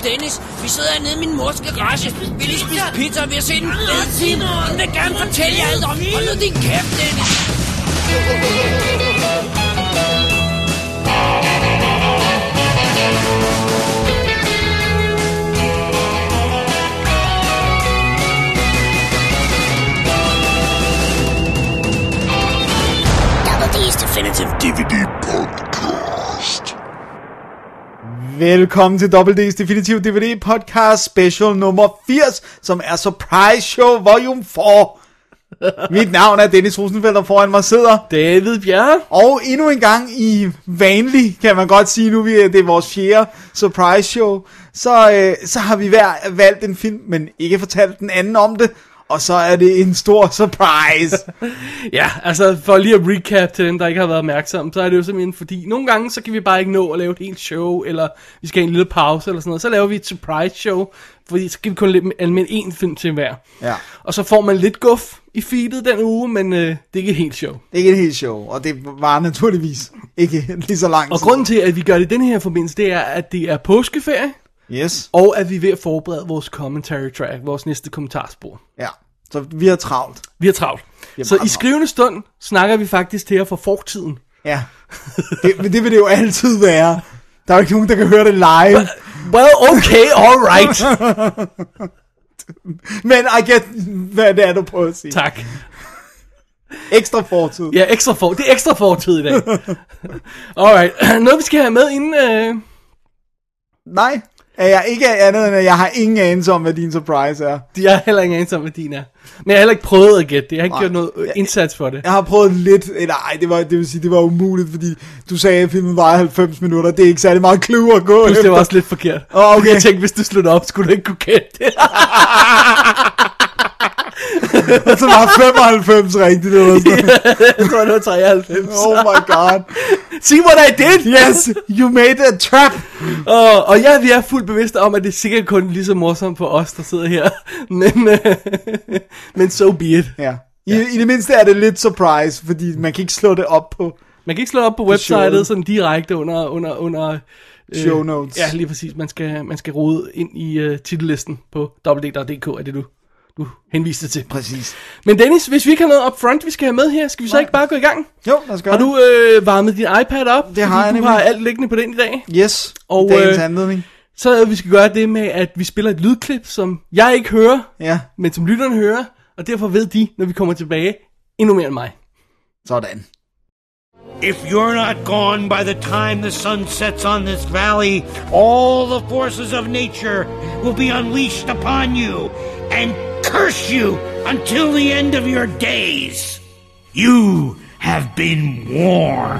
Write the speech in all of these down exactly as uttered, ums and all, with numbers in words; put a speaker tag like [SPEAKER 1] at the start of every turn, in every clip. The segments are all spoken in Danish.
[SPEAKER 1] Dennis. Vi sidder hernede i min mors garage. Vi lige spise pizza, og vi har set en fed film. Hun vil gerne fortælle jer alt om. Hold nu din kæft, Dennis.
[SPEAKER 2] D's Definitive D V D Podcast.
[SPEAKER 3] Velkommen til Double D's Definitive D V D Podcast special nummer firs, som er Surprise Show Volume fire. Mit navn er Dennis Rosenfeldt, og foran mig sidder
[SPEAKER 4] David Bjerre.
[SPEAKER 3] Og endnu en gang i vanlig, kan man godt sige nu, vi det er vores fjerde Surprise Show, så, øh, så har vi hver valgt en film, men ikke fortalt den anden om det. Og så er det en stor surprise.
[SPEAKER 4] Ja, altså for lige at recap til dem, der ikke har været opmærksom, så er det jo simpelthen fordi, nogle gange, så kan vi bare ikke nå at lave et helt show, eller vi skal have en lille pause, eller sådan noget. Så laver vi et surprise show, fordi så kan vi kun anmelde én film til hver.
[SPEAKER 3] Ja.
[SPEAKER 4] Og så får man lidt guf i feedet den uge, men øh, det er ikke et helt show.
[SPEAKER 3] Det er ikke et helt show, og det var naturligvis ikke lige så langt.
[SPEAKER 4] Og grunden til, at vi gør det i den her forbindelse, det er, at det er påskeferie.
[SPEAKER 3] Yes.
[SPEAKER 4] Og at vi er ved at forberede vores commentary track, vores næste kommentarspor.
[SPEAKER 3] Ja, så vi har travlt.
[SPEAKER 4] Vi har travlt.
[SPEAKER 3] Vi
[SPEAKER 4] så i skrivende stund snakker vi faktisk til jer fra fortiden.
[SPEAKER 3] Ja, det, det vil det jo altid være. Der er jo ikke nogen, der kan høre det live.
[SPEAKER 4] Well, well okay, alright.
[SPEAKER 3] Men I get, hvad det er, du prøver at sige.
[SPEAKER 4] Tak.
[SPEAKER 3] Ekstra fortid.
[SPEAKER 4] Ja, ekstra for, det er ekstra fortid i dag. Alright, noget vi skal have med inden... Øh...
[SPEAKER 3] Nej, er jeg ikke andet end, at jeg har ingen anelse om, hvad din surprise er.
[SPEAKER 4] Jeg har heller ingen anelse om, hvad din er. Men jeg har heller ikke prøvet at gætte det. Jeg har ikke Nej, gjort noget jeg, indsats for det.
[SPEAKER 3] Jeg har prøvet lidt, nej, det var, det vil sige, det var umuligt, fordi du sagde, at filmen var halvfems minutter. Det er ikke særlig meget clue at gå
[SPEAKER 4] efter. Det var også lidt forkert.
[SPEAKER 3] Oh, okay.
[SPEAKER 4] Jeg tænkte, hvis du slutter op, skulle du ikke kunne gætte det.
[SPEAKER 3] Og så var femoghalvfems rigtigt. Det var sådan.
[SPEAKER 4] Jeg tror, det var treoghalvfems.
[SPEAKER 3] Oh my god.
[SPEAKER 4] See what I did?
[SPEAKER 3] Yes, you made a trap.
[SPEAKER 4] Og, og ja, vi er fuldt bevidste om, at det er sikkert kun lige så morsomt for os, der sidder her. Men, øh, men so be it.
[SPEAKER 3] Ja. I, ja. I det mindste er det lidt surprise, fordi man kan ikke slå det op på...
[SPEAKER 4] Man kan ikke slå det op på websitet sådan direkte under... under, under
[SPEAKER 3] øh, show notes.
[SPEAKER 4] Ja, lige præcis. Man skal, man skal rode ind i uh, titellisten på w w w punktum d k, er det du... du henviste til.
[SPEAKER 3] Præcis.
[SPEAKER 4] Men Dennis, hvis vi ikke har noget up front, vi skal have med her, skal vi så Nej. ikke bare gå i gang?
[SPEAKER 3] Jo, lad os gøre.
[SPEAKER 4] Har du øh, varmet din iPad op?
[SPEAKER 3] Det har jeg
[SPEAKER 4] nemlig. Du har alt liggende på den i dag.
[SPEAKER 3] Yes,
[SPEAKER 4] og,
[SPEAKER 3] dagens øh, anledning.
[SPEAKER 4] Så vi skal gøre det med, at vi spiller et lydklip, som jeg ikke hører,
[SPEAKER 3] ja.
[SPEAKER 4] men som lytterne hører, og derfor ved de, når vi kommer tilbage, endnu mere end mig.
[SPEAKER 3] Sådan.
[SPEAKER 5] If you're not gone by the time the sun sets on this valley, all the forces of nature will be unleashed upon you and curse you until the end of your days. You have been warned.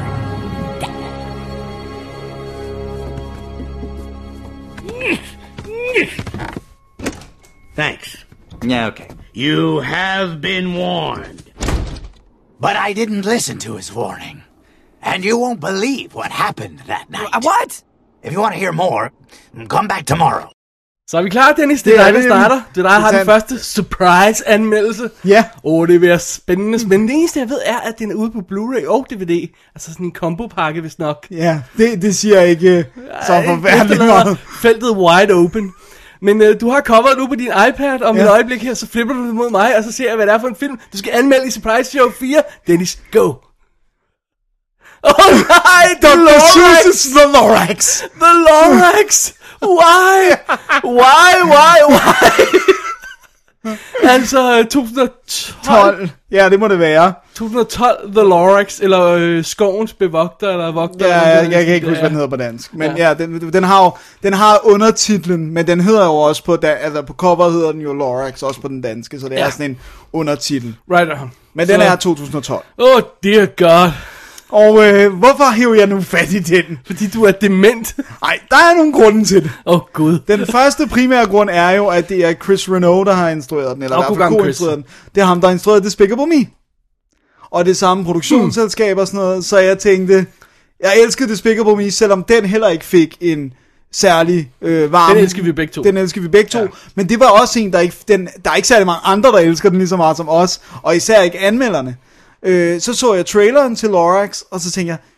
[SPEAKER 5] Thanks.
[SPEAKER 6] Yeah, okay.
[SPEAKER 5] You have been warned.
[SPEAKER 6] But I didn't listen to his warning. And you won't believe what happened that night.
[SPEAKER 2] What?
[SPEAKER 6] If you want to hear more, come back tomorrow.
[SPEAKER 4] Så er vi klar, Dennis? Det er dig, der starter. Det er dig, der har den første surprise-anmeldelse.
[SPEAKER 3] Ja.
[SPEAKER 4] Åh, oh, det bliver spændende. Men det eneste, jeg ved, er, at den er ude på Blu-ray og D V D. Altså sådan en kombopakke, hvis nok.
[SPEAKER 3] Ja, det, det siger jeg ikke så forfærdeligt meget.
[SPEAKER 4] Feltet wide open. Men øh, du har coveret nu på din iPad, og om ja. et øjeblik her, så flipper du det mod mig, og så ser jeg, hvad det er for en film, du skal anmelde i Surprise Show fire. Dennis, go! Åh oh, nej, The Lorax!
[SPEAKER 3] The Lorax!
[SPEAKER 4] The Lorax! Why? Why, why, why? Altså to tusind og tolv.
[SPEAKER 3] Ja, det må det være.
[SPEAKER 4] to tusind og tolv, The Lorax, eller øh, Skovens Bevogter, eller Vogter.
[SPEAKER 3] Ja, jeg, jeg kan ikke huske, hvad den hedder på dansk. Men ja, ja den, den, har jo, den har undertitlen, men den hedder jo også på, da, altså på cover hedder den jo Lorax, også på den danske, så det ja. er sådan en undertitel.
[SPEAKER 4] Right on.
[SPEAKER 3] Men den så... er to tusind og tolv.
[SPEAKER 4] Oh dear god.
[SPEAKER 3] Og øh, hvorfor hiver jeg nu fat i den?
[SPEAKER 4] Fordi du er dement.
[SPEAKER 3] Nej, der er nogle grunde til det.
[SPEAKER 4] Åh oh, gud.
[SPEAKER 3] Den første primære grund er jo, at det er Chris Renaud, der har instrueret den. Eller
[SPEAKER 4] oh,
[SPEAKER 3] i hvert fald co-instrueret den. Det er ham, der har instrueret Despicable Me. Og det samme produktionsselskab og sådan noget. Så jeg tænkte, jeg elskede Despicable Me, selvom den heller ikke fik en særlig øh, varme.
[SPEAKER 4] Den elsker vi begge to.
[SPEAKER 3] Den elsker vi begge to. Ja. Men det var også en, der ikke, den, der er ikke særlig mange andre, der elsker den lige så meget som os. Og især ikke anmelderne. Øh, så så jeg traileren til Lorax, og så tænkte jeg,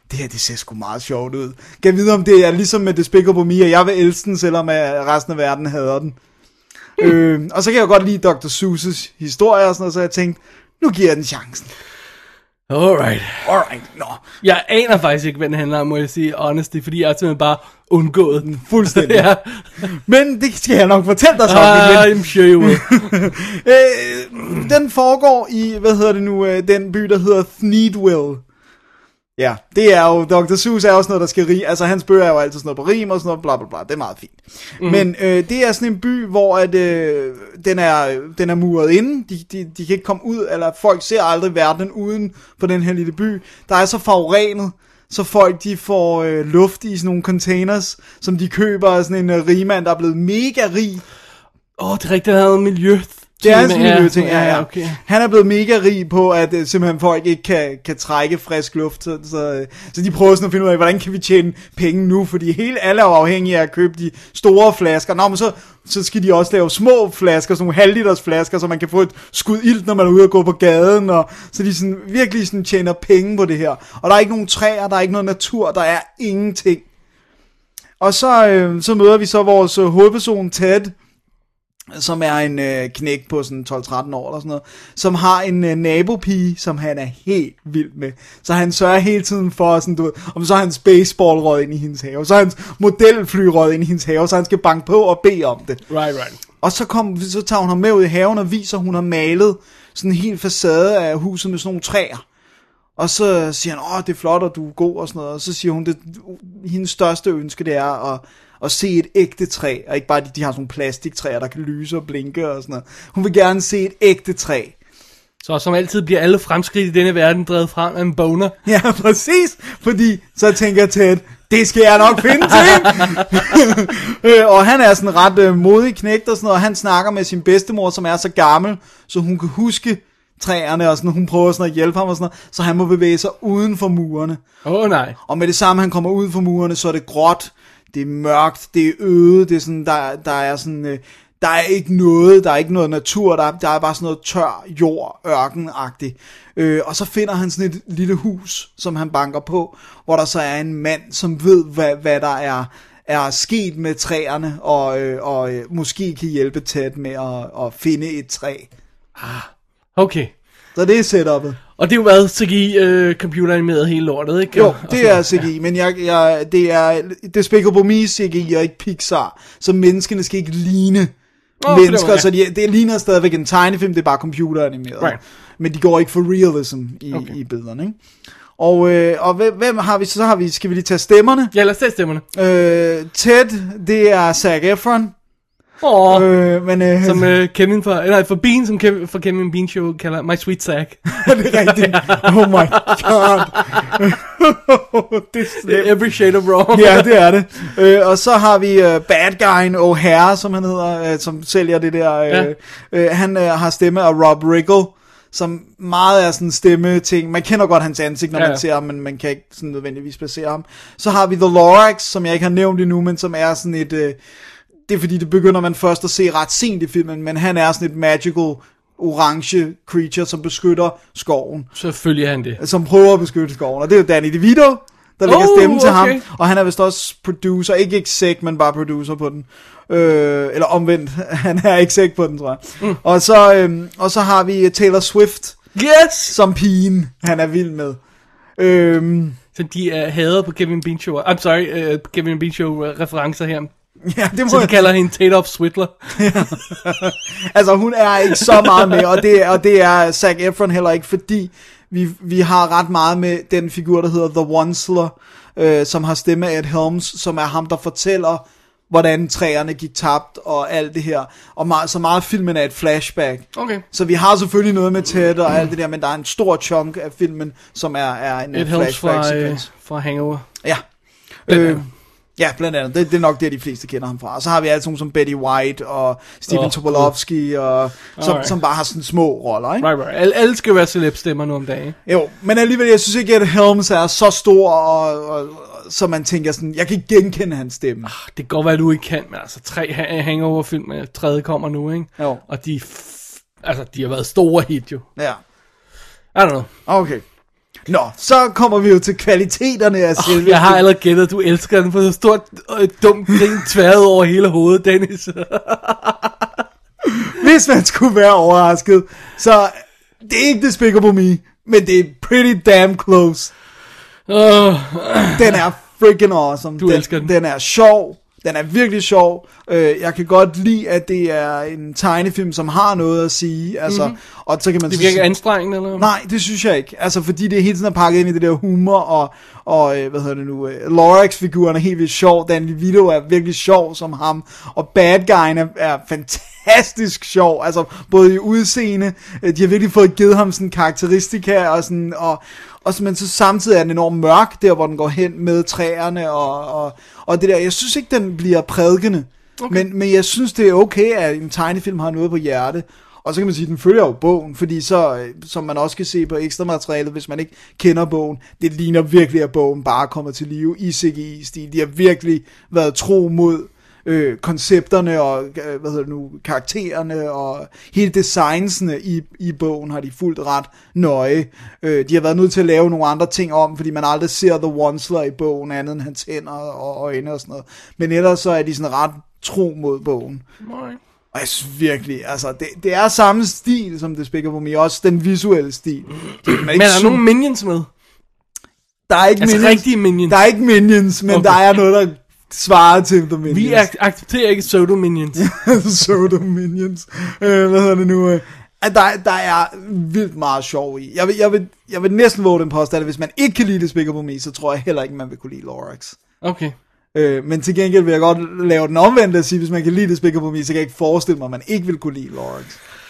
[SPEAKER 3] det her, det ser sgu meget sjovt ud. Kan jeg vide, om det er ligesom med Despicable Me, at jeg vil elske den, selvom resten af verden hader den. Mm. Øh, og så kan jeg godt lide doktor Seuss' historie og sådan noget, så jeg tænkte, nu giver jeg den chancen.
[SPEAKER 4] Alright.
[SPEAKER 3] Alright, nå. No.
[SPEAKER 4] Jeg aner faktisk ikke, hvad den handler om, må jeg sige, honestly, fordi jeg har simpelthen bare undgået den.
[SPEAKER 3] Fuldstændig.
[SPEAKER 4] Ja.
[SPEAKER 3] Men det skal jeg nok fortælle dig så.
[SPEAKER 4] Ah, I'm sure you will.
[SPEAKER 3] øh, den foregår i, hvad hedder det nu, øh, den by, der hedder Thneedville. Ja, det er jo, doktor Seuss er også noget, der skal rime, altså hans bøger er jo altid sådan noget på rim og sådan noget, bla bla bla, det er meget fint. Mm. Men øh, det er sådan en by, hvor at, øh, den, er, den er muret inde, de, de, de kan ikke komme ud, eller folk ser aldrig verden uden for den her lille by, der er så forurenet, så folk de får øh, luft i sådan nogle containers, som de køber af sådan en øh, rigmand, der er blevet mega rig.
[SPEAKER 4] Åh, oh, det er rigtigt, der er noget miljø.
[SPEAKER 3] Det er sådan en miljøting, ja, ja.
[SPEAKER 4] Okay.
[SPEAKER 3] Han er blevet mega rig på, at uh, simpelthen folk ikke kan, kan trække frisk luft, så, så, så de prøver sådan at finde ud af, hvordan kan vi tjene penge nu, fordi hele alle er afhængige af at købe de store flasker. Nå, men så, så skal de også lave små flasker, sådan nogle halvliters flasker, så man kan få et skud ilt, når man er ude og gå på gaden, og så de sådan, virkelig sådan tjener penge på det her. Og der er ikke nogen træer, der er ikke noget natur, der er ingenting. Og så, øh, så møder vi så vores øh, hovedperson Ted, som er en øh, knæk på sådan tolv tretten år eller sådan noget, som har en øh, nabopige, som han er helt vild med. Så han sørger hele tiden for, sådan, du ved, om så er hans baseball røget ind i hendes have, så er hans modelfly røget ind i hendes have, så han skal banke på og bede om det.
[SPEAKER 4] Right, right.
[SPEAKER 3] Og så, kom, så tager hun ham med ud i haven og viser, at hun har malet sådan en hel facade af huset med sådan nogle træer. Og så siger han, åh, det er flot, og du er god og sådan noget. Og så siger hun, det hendes største ønske, det er at, at se et ægte træ. Og ikke bare, de, de har sådan nogle plastiktræer, der kan lyse og blinke og sådan noget. Hun vil gerne se et ægte træ.
[SPEAKER 4] Så som altid bliver alle fremskridt i denne verden drevet frem af en boner.
[SPEAKER 3] Ja, præcis. Fordi så tænker jeg Ted, det skal jeg nok finde til. Og han er sådan ret øh, modig knægt og sådan noget. Og han snakker med sin bedstemor, som er så gammel, så hun kan huske træerne, og sådan, hun prøver sådan at hjælpe ham og sådan noget, så han må bevæge sig uden for murene.
[SPEAKER 4] Åh oh, nej.
[SPEAKER 3] Og med det samme, han kommer ud for murene, så er det gråt, det er mørkt, det er øde, det er sådan, der, der er sådan, øh, der er ikke noget, der er ikke noget natur, der, der er bare sådan noget tør jord, ørkenagtigt. Øh, og så finder han sådan et lille hus, som han banker på, hvor der så er en mand, som ved, hvad, hvad der er, er sket med træerne, og, øh, og øh, måske kan hjælpe Ted med at, at finde et træ.
[SPEAKER 4] Ah. Okay.
[SPEAKER 3] Så det er setupet.
[SPEAKER 4] Og det er jo været C G I øh, computeranimeret hele lortet, ikke?
[SPEAKER 3] Jo,
[SPEAKER 4] og
[SPEAKER 3] det er C G I, men jeg, jeg, det er Despicable Me C G I og ikke Pixar, så menneskene skal ikke ligne oh, mennesker, det, så de, det ligner stadigvæk en tegnefilm, det er bare computeranimeret. Right. Men de går ikke for realism i, okay. i billederne, ikke? Og, øh, og hvem, hvem har vi så? har vi, skal vi lige tage stemmerne?
[SPEAKER 4] Ja, lad os tage stemmerne.
[SPEAKER 3] Øh, Ted, det er Zac Efron.
[SPEAKER 4] Åh,
[SPEAKER 3] øh, men, øh,
[SPEAKER 4] som øh, Kevin for, eller for Bean, som Kevin, for Kevin Bean Show kalder My Sweet Zac.
[SPEAKER 3] Det er rigtigt. Oh my god. Det er slemt.
[SPEAKER 4] Every shade of wrong.
[SPEAKER 3] Ja, det er det. Øh, og så har vi uh, bad guyen O'Hare, som han hedder, uh, som sælger det der. Uh, ja. uh, han uh, har stemme af Rob Riggle, som meget er sådan stemme ting. Man kender godt hans ansigt, når ja, ja. man ser ham, men man kan ikke sådan nødvendigvis placere ham. Så har vi The Lorax, som jeg ikke har nævnt endnu, men som er sådan et... Uh, det er fordi, det begynder man først at se ret sent i filmen, men han er sådan et magical orange creature, som beskytter skoven.
[SPEAKER 4] Selvfølgelig er han det.
[SPEAKER 3] Som prøver at beskytte skoven, og det er jo Danny DeVito, der lægger
[SPEAKER 4] oh,
[SPEAKER 3] stemme til
[SPEAKER 4] okay.
[SPEAKER 3] ham, og han er vist også producer, ikke exec, men bare producer på den. Øh, eller omvendt, han er exec på den, tror jeg. Mm. Og, så, øh, og så har vi Taylor Swift,
[SPEAKER 4] yes!
[SPEAKER 3] som pigen, han er vild med. Øh,
[SPEAKER 4] så de er hader på Kevin Bean Show. I'm sorry, uh, Kevin Bean Show uh, referencer her.
[SPEAKER 3] Ja, det må
[SPEAKER 4] så de
[SPEAKER 3] jeg...
[SPEAKER 4] kalder hende Taylor Swiftler.
[SPEAKER 3] Altså hun er ikke så meget med, og det, og det er Zac Efron heller ikke, fordi vi, vi har ret meget med den figur, der hedder The Onceler, øh, som har stemme af Ed Helms, som er ham, der fortæller, hvordan træerne gik tabt og alt det her. Og meget, så meget filmen er et flashback.
[SPEAKER 4] Okay.
[SPEAKER 3] Så vi har selvfølgelig noget med Ted og alt det der, men der er en stor chunk af filmen, som er, er en
[SPEAKER 4] Ed Helms fra, øh, fra Hangover.
[SPEAKER 3] Ja. Øh, Ja, blandt andet. Det, det er nok det, de fleste kender ham fra. Og så har vi altså nogen som Betty White og Steven oh, Tobolowsky, og, som, som bare har sådan små roller, ikke?
[SPEAKER 4] Right, right. Alle, alle skal være celeb-stemmer nu om dagen.
[SPEAKER 3] Jo, men alligevel, jeg synes ikke, at Helms er så stor, og, og, så man tænker sådan, jeg kan ikke genkende hans stemme.
[SPEAKER 4] Ah, det kan godt være, at du ikke kan, men altså tre Hangover-film, tredje kommer nu, ikke?
[SPEAKER 3] Jo.
[SPEAKER 4] Og de, f- altså, de har været store hit, jo.
[SPEAKER 3] Ja.
[SPEAKER 4] I don't know.
[SPEAKER 3] Okay. Nå, så kommer vi jo til kvaliteterne af selve.
[SPEAKER 4] Oh, jeg har allerede gættet, at du elsker den, for så stort øh, dumt grin tværet over hele hovedet, Dennis.
[SPEAKER 3] Hvis man skulle være overrasket, så det er ikke Despicable Me, men det er pretty damn close.
[SPEAKER 4] Uh,
[SPEAKER 3] Den er freaking awesome.
[SPEAKER 4] Du
[SPEAKER 3] den,
[SPEAKER 4] elsker den.
[SPEAKER 3] Den er sjov. Den er virkelig sjov. Øh, jeg kan godt lide, at det er en tegnefilm, som har noget at sige. Altså, mm-hmm. og så kan man
[SPEAKER 4] det
[SPEAKER 3] så
[SPEAKER 4] virker
[SPEAKER 3] sige,
[SPEAKER 4] anstrengende, eller?
[SPEAKER 3] nej, det synes jeg ikke. Altså, fordi det er hele tiden er pakket ind i det der humor, og, og øh, hvad hedder det nu, øh, Lorax-figuren er helt vildt sjov, Dan DeVito er virkelig sjov som ham, og bad guyen er, er fantastisk sjov, altså både i udseende, øh, de har virkelig fået givet ham sådan karakteristika, og sådan, og, og så, men så samtidig er den enormt mørk, der hvor den går hen med træerne, og, og, og det der, jeg synes ikke, den bliver prædikende, okay. men, men jeg synes, det er okay, at en tegnefilm har noget på hjerte. Og så kan man sige, at den følger jo bogen, fordi så, som man også kan se på ekstra materialet, hvis man ikke kender bogen, det ligner virkelig, at bogen bare kommer til live i C G I-stil. De har virkelig været tro mod øh, koncepterne og øh, hvad hedder det nu, karaktererne og hele designsene i, i bogen har de fulgt ret nøje. Øh, de har været nødt til at lave nogle andre ting om, fordi man aldrig ser The Onceler i bogen, andet end hans hænder og øjne og sådan noget. Men ellers så er de sådan ret tro mod bogen. Nej. Og jeg synes virkelig, altså, det, det er samme stil som Despicable Me, også den visuelle stil. Det, er
[SPEAKER 4] men er der nogen minions med?
[SPEAKER 3] Der er ikke
[SPEAKER 4] altså
[SPEAKER 3] minions.
[SPEAKER 4] rigtige minions?
[SPEAKER 3] Der er ikke minions, men okay. Der er noget, der svarer til The Minions.
[SPEAKER 4] Vi ak- accepterer ikke pseudo-minions.
[SPEAKER 3] Pseudo-minions. Øh, hvad hedder det nu? Der, der er vildt meget sjov i. Jeg vil, jeg vil, jeg vil næsten våge den påstand, at hvis man ikke kan lide Despicable Me, så tror jeg heller ikke, man vil kunne lide Lorax.
[SPEAKER 4] Okay.
[SPEAKER 3] Øh, men til gengæld vil jeg godt lave den omvendte og sige, hvis man kan lide Despicable Me, så kan jeg ikke forestille mig, at man ikke vil kunne lide Lorax.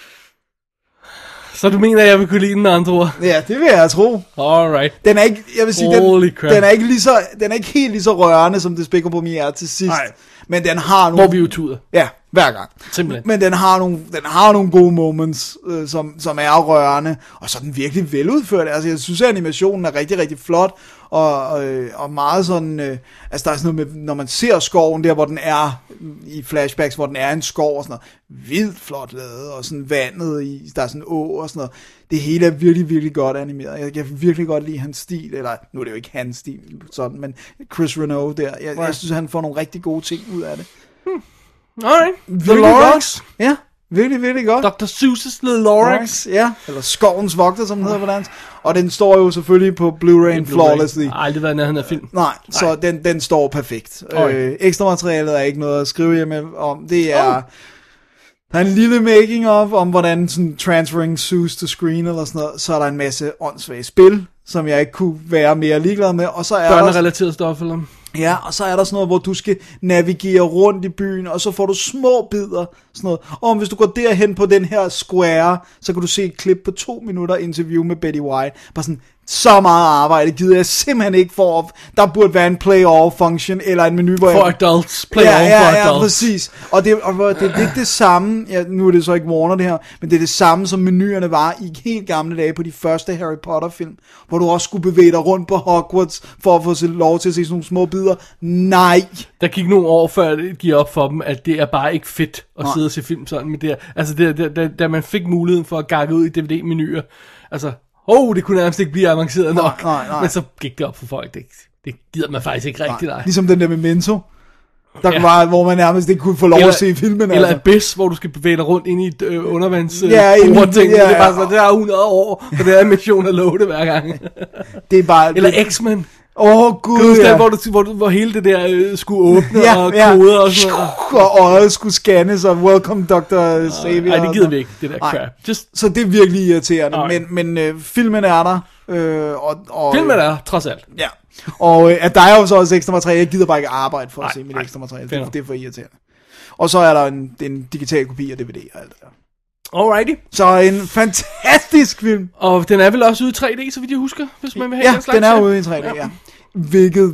[SPEAKER 4] Så du mener, at jeg vil kunne lide den med andre ord?
[SPEAKER 3] Ja, det vil jeg tro.
[SPEAKER 4] Alright.
[SPEAKER 3] Den er ikke, jeg vil sige,
[SPEAKER 4] Holy
[SPEAKER 3] den,
[SPEAKER 4] crap.
[SPEAKER 3] den er ikke lige så, den er ikke helt lige så rørende, som Despicable Me er til sidst.
[SPEAKER 4] Nej.
[SPEAKER 3] Men den har nogle...
[SPEAKER 4] Hvor vi jo tuder.
[SPEAKER 3] Ja, hver gang.
[SPEAKER 4] Simpelthen.
[SPEAKER 3] Men den har nogle, den har nogle gode moments, øh, som, som er rørende, og så er den virkelig veludført. Altså, jeg synes, at animationen er rigtig, rigtig flot, og, øh, og meget sådan, øh, altså der er sådan noget med, når man ser skoven der, hvor den er, i flashbacks, hvor den er en skov og sådan noget, vildt flot lavet, og sådan vandet i, der er sådan å og sådan noget. Det hele er virkelig, virkelig godt animeret. Jeg kan virkelig godt lide hans stil, eller nu er det jo ikke hans stil, sådan, men Chris Renaud der, jeg, jeg synes, han får nogle rigtig gode ting ud af det.
[SPEAKER 4] Hmm. Alright, The
[SPEAKER 3] Virkelig
[SPEAKER 4] Lorax.
[SPEAKER 3] godt. Ja, virkelig, virkelig godt.
[SPEAKER 4] doktor Seuss's The Lorax.
[SPEAKER 3] Ja, eller Skovens Vogter, som den hedder på dansk. Og den står jo selvfølgelig på Blu-ray flawlessly.
[SPEAKER 4] Jeg har aldrig været nærheden af film.
[SPEAKER 3] Nej, så Nej. Den, den står perfekt. Øh, ekstra materialet er ikke noget at skrive hjemme om. Det er... Oh. Der er en lille making of, om hvordan sådan transferring Zeus to screen eller sådan noget. Så er der en masse åndssvage spil, som jeg ikke kunne være mere ligeglad med. Og så er
[SPEAKER 4] børnerelateret stof, eller?
[SPEAKER 3] Ja, og så er der sådan noget, hvor du skal navigere rundt i byen, og så får du små bidder, sådan noget. Og hvis du går derhen på den her square, så kan du se et klip på to minutter interview med Betty White. Bare sådan, så meget arbejde gider jeg simpelthen ikke for. Der burde være en play-all function, eller en menu, hvor
[SPEAKER 4] for
[SPEAKER 3] jeg...
[SPEAKER 4] adults, play-all
[SPEAKER 3] ja, ja,
[SPEAKER 4] for
[SPEAKER 3] ja,
[SPEAKER 4] adults.
[SPEAKER 3] præcis. Og det, og det er lidt det samme, ja, nu er det så ikke Warner det her, men det er det samme, som menuerne var i helt gamle dage på de første Harry Potter film, hvor du også skulle bevæge dig rundt på Hogwarts, for at få lov til at se sådan nogle små bidder. Nej.
[SPEAKER 4] Der gik nogle år før det gik op for dem, at det er bare ikke fedt at
[SPEAKER 3] Nej.
[SPEAKER 4] sidde og se film sådan med det her. Altså det, det, da, da man fik muligheden for at gakke ud i D V D-menuer, altså, åh, oh, det kunne nærmest ikke blive avanceret nok.
[SPEAKER 3] Nej, nej, nej.
[SPEAKER 4] Men så gik det op for folk, det, det gider man faktisk ikke rigtigt, nej.
[SPEAKER 3] Ligesom den der Memento, der
[SPEAKER 4] Ja.
[SPEAKER 3] var, hvor man nærmest ikke kunne få lov
[SPEAKER 4] Eller-
[SPEAKER 3] at se filmen.
[SPEAKER 4] Eller
[SPEAKER 3] altså.
[SPEAKER 4] Abyss, hvor du skal bevæge dig rundt ind i et øh, undervands øh,
[SPEAKER 3] Ja, ind i-
[SPEAKER 4] ting.
[SPEAKER 3] ja,
[SPEAKER 4] Det er bare
[SPEAKER 3] ja.
[SPEAKER 4] sådan, det er hundrede år, og det er mission at love det hver gang.
[SPEAKER 3] Det er bare...
[SPEAKER 4] Eller X-Men.
[SPEAKER 3] Åh, oh,
[SPEAKER 4] Kan du
[SPEAKER 3] gud,
[SPEAKER 4] huske
[SPEAKER 3] ja.
[SPEAKER 4] den, hvor, du, hvor, du, hvor hele det der øh, skulle åbne
[SPEAKER 3] Ja,
[SPEAKER 4] og
[SPEAKER 3] ja.
[SPEAKER 4] koder og sådan noget.
[SPEAKER 3] Og øjet skulle scannes, og welcome doktor Xavier.
[SPEAKER 4] Nej, det
[SPEAKER 3] og
[SPEAKER 4] gider
[SPEAKER 3] sådan.
[SPEAKER 4] vi ikke, det der
[SPEAKER 3] Nej.
[SPEAKER 4] crap. Just,
[SPEAKER 3] Så det er virkelig irriterende,
[SPEAKER 4] Nej.
[SPEAKER 3] men, men øh, filmen er der. Øh, og, og,
[SPEAKER 4] filmen er trods alt.
[SPEAKER 3] Ja, og øh, at der er jo så også ekstra materiale. Jeg gider bare ikke arbejde for at
[SPEAKER 4] Nej,
[SPEAKER 3] se mit
[SPEAKER 4] nej.
[SPEAKER 3] ekstra materiale.
[SPEAKER 4] Fair
[SPEAKER 3] Det,
[SPEAKER 4] nok.
[SPEAKER 3] det er for irriterende. Og så er der en, en digital kopi af D V D og alt det der.
[SPEAKER 4] Alrighty.
[SPEAKER 3] Så en fantastisk film.
[SPEAKER 4] Og den er vel også ude i tre D, så vidt jeg husker, hvis man vil have
[SPEAKER 3] Ja,
[SPEAKER 4] den slags.
[SPEAKER 3] den er ude i tre D, ja. Hvilket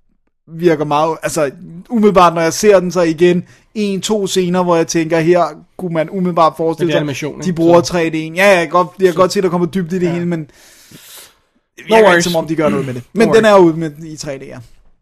[SPEAKER 3] virker meget, altså umiddelbart når jeg ser den så igen, en, to scener, hvor jeg tænker, her kunne man umiddelbart forestille
[SPEAKER 4] Men det er
[SPEAKER 3] sig,
[SPEAKER 4] animation,
[SPEAKER 3] de
[SPEAKER 4] ikke?
[SPEAKER 3] bruger
[SPEAKER 4] Så-
[SPEAKER 3] tre D'en. Ja, jeg kan godt, jeg kan godt se, der kommer dybt i det
[SPEAKER 4] Ja.
[SPEAKER 3] hele, men det
[SPEAKER 4] No
[SPEAKER 3] virker ikke
[SPEAKER 4] worries.
[SPEAKER 3] som om, de gør noget med det. Men
[SPEAKER 4] No
[SPEAKER 3] den er ude med, i tre D, ja.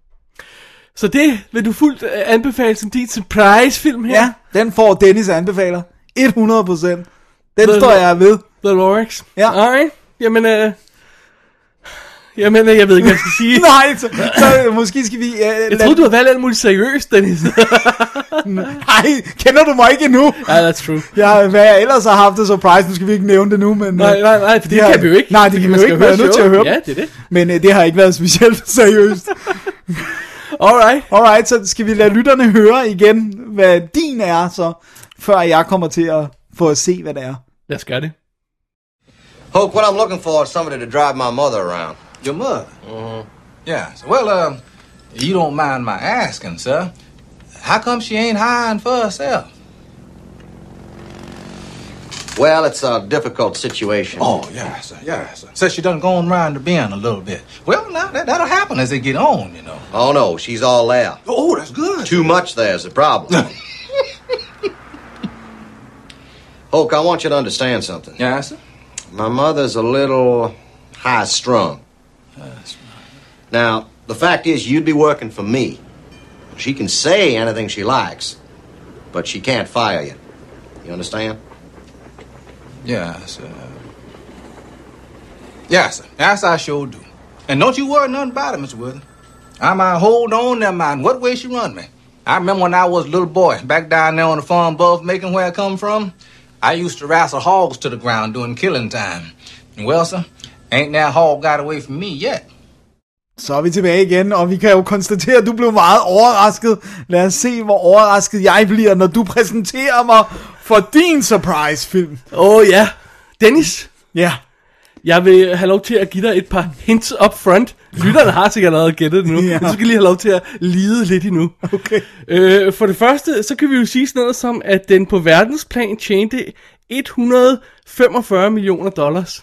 [SPEAKER 4] Så det vil du fuldt øh, anbefale som din surprise-film her?
[SPEAKER 3] Ja, den får Dennis anbefaler. hundrede procent. Den
[SPEAKER 4] Ved
[SPEAKER 3] står
[SPEAKER 4] du-
[SPEAKER 3] jeg ved.
[SPEAKER 4] The Lorax?
[SPEAKER 3] Ja.
[SPEAKER 4] Alright. Jamen, øh, Jamen, jeg ved ikke, hvad jeg skal sige.
[SPEAKER 3] Nej, så, så måske skal vi... Uh,
[SPEAKER 4] jeg
[SPEAKER 3] lad...
[SPEAKER 4] troede, du havde valgt alt muligt seriøst, Dennis.
[SPEAKER 3] Nej, kender du mig ikke endnu?
[SPEAKER 4] Ja, that's true.
[SPEAKER 3] Ja, hvad jeg ellers har haft det surprise, nu skal vi ikke nævne det nu, men...
[SPEAKER 4] Nej, nej, nej, for det, det
[SPEAKER 3] har,
[SPEAKER 4] kan vi jo ikke.
[SPEAKER 3] Nej, det kan vi jo ikke, være nødt til at høre.
[SPEAKER 4] Ja, det er det.
[SPEAKER 3] Men uh, det har ikke været specielt seriøst.
[SPEAKER 4] Alright.
[SPEAKER 3] Alright, så skal vi lade lytterne høre igen, hvad din er, så før jeg kommer til at få at se, hvad det er.
[SPEAKER 4] Lad os gøre det.
[SPEAKER 7] Hope, what I'm looking for is somebody to drive my mother around.
[SPEAKER 8] Your mother? Mm-hmm. Yeah. So, well, uh, you don't mind my asking, sir. How come she ain't hiring for herself?
[SPEAKER 7] Well, it's a difficult situation.
[SPEAKER 8] Oh, yeah, sir. Yeah, sir. Says she done gone round the bend a little bit. Well, now, that, that'll happen as they get on, you know.
[SPEAKER 7] Oh, no, she's all there.
[SPEAKER 8] Oh, that's good.
[SPEAKER 7] Too much there's the problem. Hoke, I want you to understand something.
[SPEAKER 8] Yeah, sir?
[SPEAKER 7] My mother's a little high-strung. Now, the fact is, you'd be working for me. She can say anything she likes, but she can't fire you. You understand?
[SPEAKER 8] Yes, sir. Yes, sir. Yes, I sure do. And don't you worry nothing about it, Mister Worthing. I might hold on that mind what way she run me. I remember when I was a little boy, back down there on the farm above Macon where I come from, I used to wrestle hogs to the ground during killing time. And well, sir, ain't that hog got away from me yet.
[SPEAKER 3] Så er vi tilbage igen, og vi kan jo konstatere, at du blev meget overrasket. Lad os se, hvor overrasket jeg bliver, når du præsenterer mig for din surprise-film.
[SPEAKER 4] Åh oh, ja, Dennis.
[SPEAKER 3] Ja.
[SPEAKER 4] Jeg vil have lov til at give dig et par hints up front. Lytterne har sikkert allerede gættet det nu, ja. Men så skal jeg lige have lov til at lide lidt endnu.
[SPEAKER 3] Okay.
[SPEAKER 4] Øh, for det første, så kan vi jo sige sådan noget som, at den på verdensplan tjente et hundrede femogfyrre millioner dollars.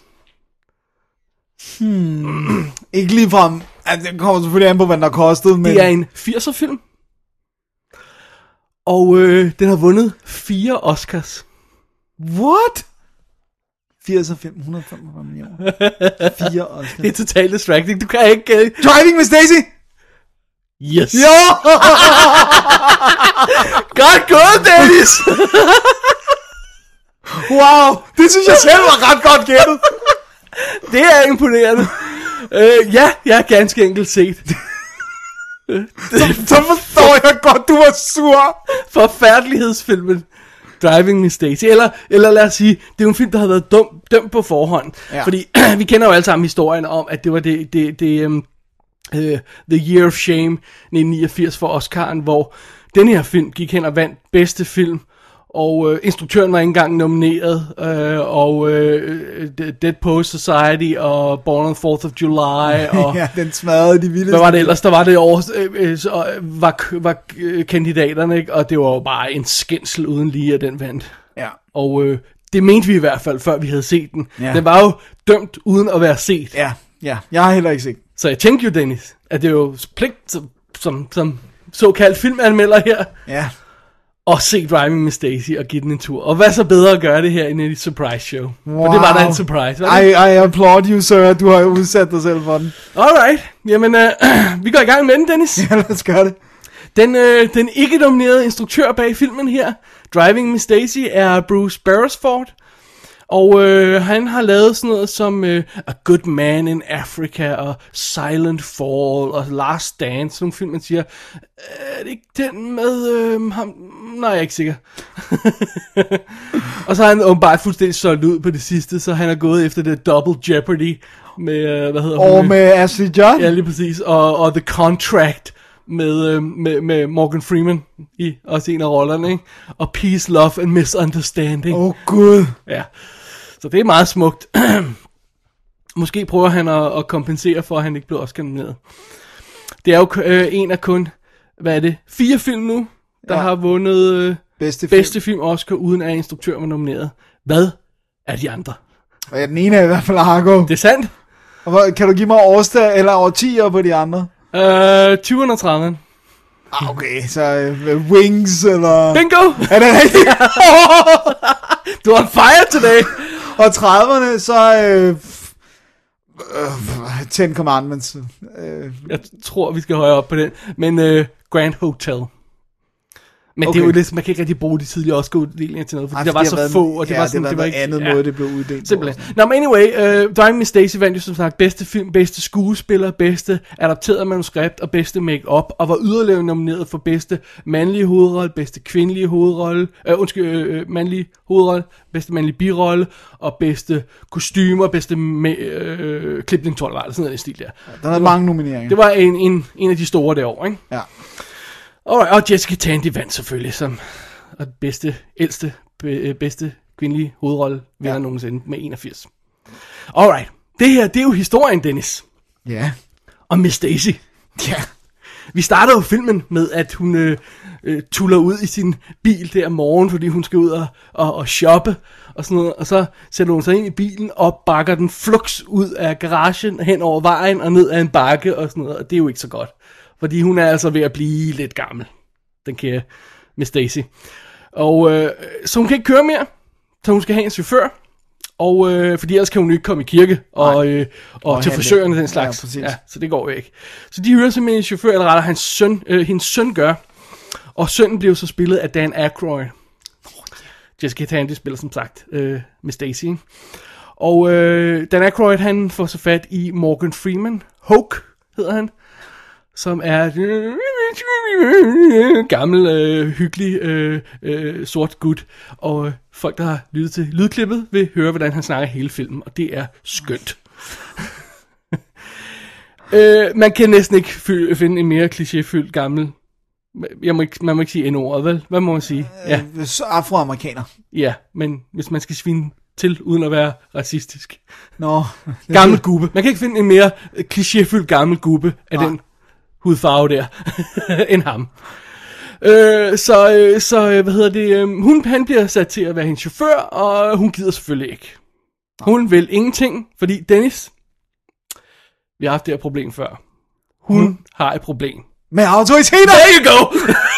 [SPEAKER 3] Hmm. Ikke lige frem. Altså, det kommer selvfølgelig an på, hvad den har kostet. Men...
[SPEAKER 4] Det er en firser film. Og øh, den har vundet fire Oscars.
[SPEAKER 3] What? firs og fem hundrede og femogfyrre millioner. Fire Oscars.
[SPEAKER 4] Det er totalt distracting. Du kan ikke... Uh...
[SPEAKER 3] Driving Miss Daisy!
[SPEAKER 4] Yes.
[SPEAKER 3] Jo!
[SPEAKER 4] Godt gået, Dennis!
[SPEAKER 3] Wow, det synes jeg selv var ret godt gættet.
[SPEAKER 4] Det er imponerende. Uh, ja, jeg har ganske enkelt set.
[SPEAKER 3] så, så forstår jeg godt, du var sur.
[SPEAKER 4] Forfærdelighedsfilmen Driving Miss Daisy. Eller, eller lad os sige, det er jo en film, der har været dum, dømt på forhånd. Ja. Fordi vi kender jo alle sammen historien om, at det var det, det, det um, uh, The Year of Shame nitten niogfirs for Oscar'en, hvor den her film gik hen og vandt bedste film. Og øh, instruktøren var ikke engang nomineret, øh, og øh, Dead Poets Society, og Born on fourth of July, og...
[SPEAKER 3] ja, den smadrede de vildeste.
[SPEAKER 4] Hvad var det ellers, der var det år, øh, øh, så, øh, var, var øh, kandidaterne, ikke? Og det var jo bare en skændsel uden lige, at den vandt.
[SPEAKER 3] Ja.
[SPEAKER 4] Og øh, det mente vi i hvert fald, før vi havde set den.
[SPEAKER 3] Ja.
[SPEAKER 4] Den var jo dømt uden at være set.
[SPEAKER 3] Ja, ja, jeg har heller ikke set.
[SPEAKER 4] Så jeg tænkte jo, Dennis, at det er jo pligt som, som, som såkaldt filmanmelder her.
[SPEAKER 3] Ja.
[SPEAKER 4] Og se Driving Miss Daisy og give den en tur. Og hvad så bedre at gøre det her end et surprise show?
[SPEAKER 3] Wow.
[SPEAKER 4] Og det var da en surprise, var
[SPEAKER 3] det? I, I applaud you, sir. Du har jo udsat dig selv for den.
[SPEAKER 4] Alright. Jamen, øh, vi går i gang med den, Dennis.
[SPEAKER 3] Ja, lad os gøre det. Den,
[SPEAKER 4] øh, den ikke-nominerede instruktør bag filmen her, Driving Miss Daisy, er Bruce Beresford. Og øh, han har lavet sådan noget som øh, A Good Man in Africa og Silent Fall og Last Dance, nogle film, man siger, er det ikke den med øh, ham? Nej, jeg er ikke sikker. Og så har han åbenbart fuldstændig solgt ud på det sidste, så han er gået efter det Double Jeopardy med, øh, hvad hedder
[SPEAKER 3] og hun? med Ashley Judd.
[SPEAKER 4] Ja, lige præcis, og, og The Contract med, øh, med, med Morgan Freeman i også en af rollerne, ikke? Og Peace, Love and Misunderstanding.
[SPEAKER 3] Åh oh, gud.
[SPEAKER 4] Ja. Så det er meget smukt. Måske prøver han at, at kompensere for, at han ikke blev Oscar-nomineret. Det er jo øh, en af kun, hvad er det, fire film nu, der ja. har vundet øh,
[SPEAKER 3] bedste, film.
[SPEAKER 4] bedste film Oscar, uden at instruktør var nomineret. Hvad er de andre?
[SPEAKER 3] Og ja, den ene er i hvert fald Argo.
[SPEAKER 4] Det er sandt.
[SPEAKER 3] Og hvor, kan du give mig årsdag eller årtier på de andre?
[SPEAKER 4] Øh, tyverne og trediverne.
[SPEAKER 3] Ah, okay, så uh, Wings eller...
[SPEAKER 4] Bingo!
[SPEAKER 3] Er det rigtigt?
[SPEAKER 4] Du er on fire today!
[SPEAKER 3] Og trediverne, så... Øh, øh, Ten Commandments. Øh.
[SPEAKER 4] Jeg tror, vi skal højere op på den. Men øh, Grand Hotel. Men okay. Det er jo lidt, man kan ikke rigtig bruge de tidligere Oscar-uddelinger til noget, fordi Ej, der var så været, få, og det ja, var sådan, det, det var ikke
[SPEAKER 3] andet ja, måde, det blev uddelt.
[SPEAKER 4] Simpelthen. Nå, men anyway, uh, Driving Miss Daisy vandt jo som sagt bedste film, bedste skuespiller, bedste adapteret manuskript og bedste make-up, og var yderligere nomineret for bedste mandlige hovedrolle, bedste kvindelige hovedrolle, uh, undskyld, uh, mandlige hovedrolle, bedste mandlige birolle, og bedste kostymer, bedste me- uh, klipning tolv, eller sådan noget i stil der.
[SPEAKER 3] Ja, der var mange nomineringer.
[SPEAKER 4] Det var en, en, en af de store derovre, ikke?
[SPEAKER 3] Ja.
[SPEAKER 4] Og, og Jessica Tandy vandt selvfølgelig som og bedste, ældste, bedste kvindelige hovedrolle vinder ja. nogensinde med enogfirs. Alright, det her, det er jo historien, Dennis.
[SPEAKER 3] Ja.
[SPEAKER 4] Og Miss Daisy.
[SPEAKER 3] Ja.
[SPEAKER 4] Vi starter jo filmen med, at hun øh, øh, tuller ud i sin bil der morgen, fordi hun skal ud og, og, og shoppe og sådan noget. Og så sætter hun sig ind i bilen og bakker den flux ud af garagen hen over vejen og ned ad en bakke og sådan noget. Og det er jo ikke så godt. Fordi hun er altså ved at blive lidt gammel, den kære Miss Daisy. Og øh, så hun kan ikke køre mere, så hun skal have en chauffør. Og øh, fordi ellers kan hun ikke komme i kirke og, øh, og, og til frisøren og den slags. Ja, ja, så det går jo ikke. Så de hører simpelthen en chauffør, eller rettere hans søn, øh, hendes søn gør. Og sønnen blev så spillet af Dan Aykroyd. Jessica Tandy spiller som sagt øh, Miss Daisy. Og øh, Dan Aykroyd, han får så fat i Morgan Freeman. Hoke hedder han. Som er gammel, øh, hyggelig, øh, øh, sort gut. Og øh, folk, der har lyttet til lydklippet, vil høre, hvordan han snakker hele filmen. Og det er skønt. øh, man kan næsten ikke fy- finde en mere klichéfyldt gammel... Jeg må ikke, man må ikke sige N-ordet, vel? Hvad må man sige? Ja.
[SPEAKER 3] Øh, afroamerikaner.
[SPEAKER 4] Ja, men hvis man skal svine til, uden at være racistisk.
[SPEAKER 3] Nå.
[SPEAKER 4] Gammel gubbe. Man kan ikke finde en mere klichéfyldt gammel gubbe af Nej. den hudfarve der, end ham. Øh, så, øh, så, hvad hedder det, øh, hun, han bliver sat til at være hendes chauffør, og hun gider selvfølgelig ikke. Hun vil ingenting, fordi Dennis, vi har haft det her problem før. Hun hmm. har et problem.
[SPEAKER 3] Med autoriteter!
[SPEAKER 4] There you go!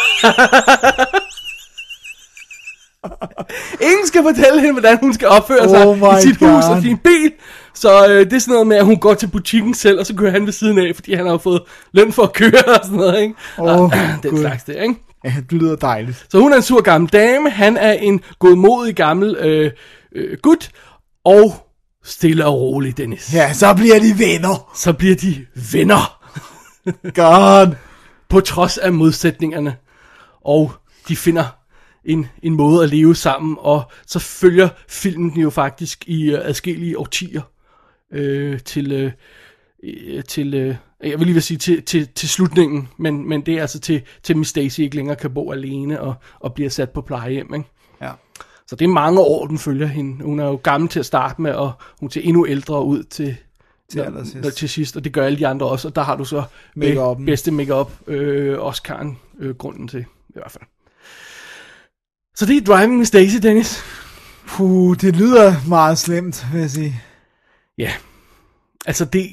[SPEAKER 4] Ingen skal fortælle hende, hvordan hun skal opføre sig oh i sit God. hus og sin bil. Så øh, det er sådan noget med, at hun går til butikken selv, og så kører han ved siden af, fordi han har fået løn for at køre og sådan noget, ikke?
[SPEAKER 3] Oh,
[SPEAKER 4] og, den God. slags der, ikke?
[SPEAKER 3] Ja, det lyder dejligt.
[SPEAKER 4] Så hun er en sur gammel dame, han er en godmodig gammel øh, øh, gut, og stille og rolig, Dennis.
[SPEAKER 3] Ja, så bliver de venner.
[SPEAKER 4] Så bliver de venner.
[SPEAKER 3] God.
[SPEAKER 4] På trods af modsætningerne. Og de finder en, en måde at leve sammen, og så følger filmen jo faktisk i uh, adskillige årtier øh, til, øh, til øh, jeg vil lige vil sige til, til, til slutningen, men, men det er altså til, til Miss Daisy ikke længere kan bo alene og, og bliver sat på plejehjem, ikke?
[SPEAKER 3] Ja.
[SPEAKER 4] Så det er mange år, den følger hende. Hun er jo gammel til at starte med, og hun ser endnu ældre ud til til, når, når, til sidst, og det gør alle de andre også, og der har du så make-up'en. Bedste make-up, øh, Oscar'en, øh, grunden til, i hvert fald. Så det er Driving Miss Daisy, Dennis.
[SPEAKER 3] Puh, det lyder meget slemt, vil jeg sige.
[SPEAKER 4] Ja, altså det,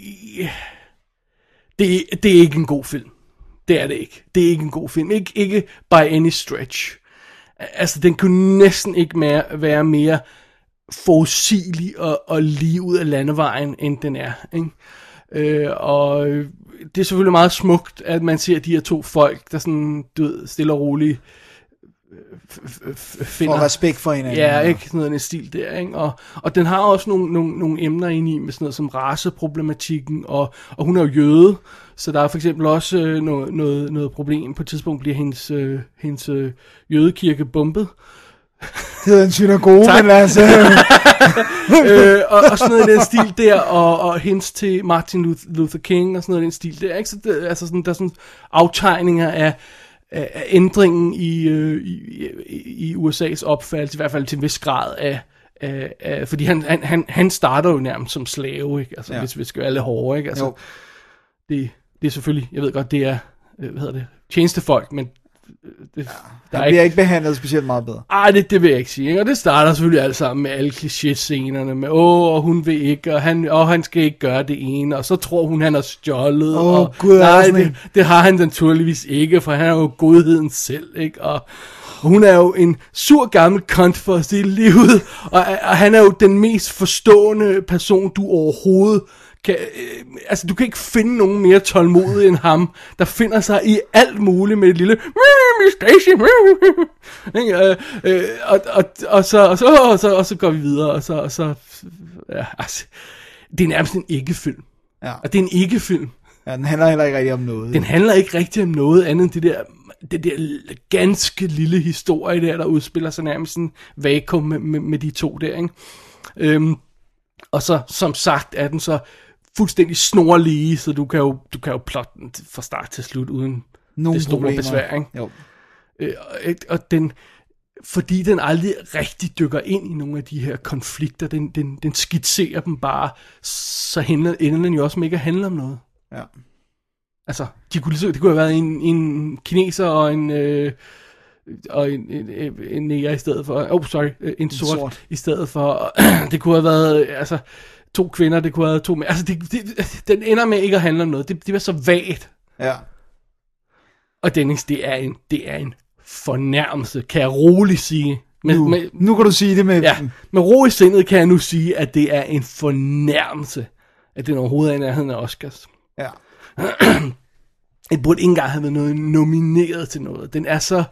[SPEAKER 4] det, det er ikke en god film. Det er det ikke. Det er ikke en god film. Ikke, ikke by any stretch. Altså, den kunne næsten ikke mere, være mere forudsigelig og, og lige ud af landevejen, end den er, ikke? Øh, og det er selvfølgelig meget smukt, at man ser de her to folk, der sådan, du ved, stille og roligt finder...
[SPEAKER 3] For respekt for hinanden.
[SPEAKER 4] Ja, ikke? Sådan noget en stil der, ikke? Og, og den har også nogle, nogle, nogle emner inde i, med sådan noget som raceproblematikken, og, og hun er jo jøde, så der er for eksempel også øh, noget, noget, noget problem. På et tidspunkt bliver hendes, øh, hendes øh, jødekirke bombet.
[SPEAKER 3] Det hedder en synagoge, men altså...
[SPEAKER 4] øh, og, og sådan noget i den stil der, og, og hendes til Martin Luther King, og sådan noget i den stil der, ikke? Så det, altså sådan, der er sådan aftegninger af, af, af ændringen i, øh, i, i U S A's opfattelse, i hvert fald til en vis grad af, af, af fordi han, han, han, han starter jo nærmest som slave, ikke? Altså, ja. hvis vi skal være lidt hårde, ikke? Altså, det, det er selvfølgelig, jeg ved godt, det er, hvad hedder det, tjenestefolk, men det,
[SPEAKER 3] der han bliver ikke, ikke behandlet specielt meget bedre.
[SPEAKER 4] Ej, det, det vil jeg ikke sige, ikke? Og det starter selvfølgelig alt sammen med alle kliché-scenerne med, åh, og hun vil ikke, og han, åh, han skal ikke gøre det ene, og så tror hun, han har stjålet,
[SPEAKER 3] oh,
[SPEAKER 4] og
[SPEAKER 3] Gud,
[SPEAKER 4] nej, det, det har han naturligvis ikke, for han er jo godheden selv, ikke? Og, og hun er jo en sur gammel kont for at sige livet, og, og han er jo den mest forstående person, du overhovedet kan, øh, altså du kan ikke finde nogen mere tålmodig end ham, der finder sig i alt muligt med et lille Miss Daisy, øh, øh, og, og, og, så, og, så, og, så, og så går vi videre, og så, og så ja, altså, det er nærmest en ikke-film.
[SPEAKER 3] Ja.
[SPEAKER 4] Og det er en ikke-film.
[SPEAKER 3] Ja, den handler heller ikke rigtig om noget.
[SPEAKER 4] Den handler ikke rigtig om noget andet end det der, det der ganske lille historie der, der udspiller sig nærmest en vakuum med, med, med de to der, ikke? Øhm, og så, som sagt, er den så fuldstændig snorlige, så du kan jo, du kan jo plotte den fra start til slut, uden
[SPEAKER 3] Nogle
[SPEAKER 4] det store
[SPEAKER 3] problemer.
[SPEAKER 4] besvær, ikke?
[SPEAKER 3] Jo.
[SPEAKER 4] Øh, og, og den, fordi den aldrig rigtig dykker ind i nogle af de her konflikter, den, den, den skitserer dem bare, så ender, ender den jo også med ikke at handle om noget.
[SPEAKER 3] Ja.
[SPEAKER 4] Altså, de kunne, det kunne have været en, en kineser og en, øh, og en, en, en neger i stedet for, oh sorry, en sort, en sort. i stedet for, det kunne have været, altså, to kvinder, det kunne have været to mænd, altså, det, det, den ender med ikke at handle om noget, det, det var så vagt.
[SPEAKER 3] Ja.
[SPEAKER 4] Og Dennis, det er en, det er en fornærmelse, kan jeg roligt sige. Med,
[SPEAKER 3] nu,
[SPEAKER 4] med,
[SPEAKER 3] nu kan du sige det med...
[SPEAKER 4] Ja, med ro i sindet kan jeg nu sige, at det er en fornærmelse, at den overhovedet er i nærheden af Oscars.
[SPEAKER 3] Ja.
[SPEAKER 4] Det burde ikke engang have været noget nomineret til noget. Den er så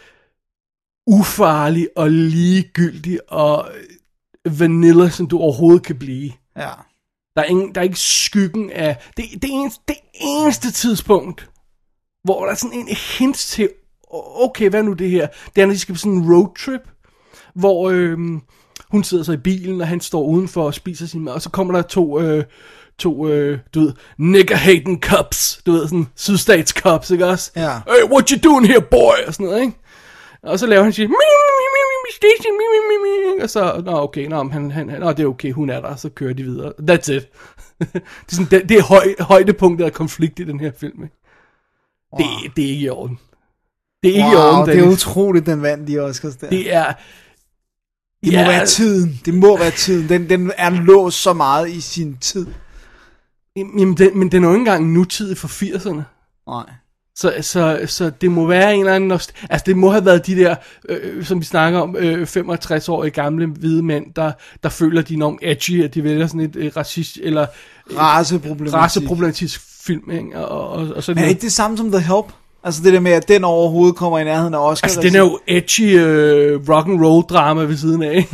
[SPEAKER 4] ufarlig og ligegyldig og vanilla, som du overhovedet kan blive.
[SPEAKER 3] Ja.
[SPEAKER 4] Der er, ingen, der er ikke skyggen af... Det, det, eneste, det eneste tidspunkt, hvor der er sådan en hint til, okay, hvad er nu det her? Det er, når de skal på sådan en roadtrip, hvor øhm, hun sidder så i bilen, og han står udenfor og spiser sin mad, og så kommer der to... Øh, to, øh, du ved, nigger-hating cops, du ved, sådan sydstats-cops, ikke også?
[SPEAKER 3] Ja.
[SPEAKER 4] Hey, what you doing here, boy? Og sådan noget, ikke? Og så laver han sig, mi, mi, mi, mi, station, mi, mi, mi, mi, og så, nå, okay, nå, han, han, han, nå, det er okay, hun er der, og så kører de videre. That's it. det er, sådan, det, det er høj, højdepunktet af konflikt i den her film, ikke? Wow. Det, det er ikke i orden. Det er ikke
[SPEAKER 3] wow,
[SPEAKER 4] i orden,
[SPEAKER 3] det er utroligt, den vandt de Oscars der.
[SPEAKER 4] Det er...
[SPEAKER 3] Det må ja, være tiden. Det må være tiden. Den, den er låst så meget i sin tid.
[SPEAKER 4] Jamen, den, men den er jo ikke engang nutidig for firserne.
[SPEAKER 3] Nej.
[SPEAKER 4] Så, så, så det må være en eller anden... Nost- altså, det må have været de der, øh, som vi snakker om, øh, femogtres-årige gamle hvide mænd, der, der føler, de er enormt edgy, at de vælger sådan et øh, racist... eller
[SPEAKER 3] raceproblematisk.
[SPEAKER 4] raceproblematisk film, ikke? Og, og, og så
[SPEAKER 3] men er ikke det samme som The Help? Altså det der med, at den overhovedet kommer i nærheden af Oscar.
[SPEAKER 4] Altså den er jo edgy øh, rock and roll drama ved siden af.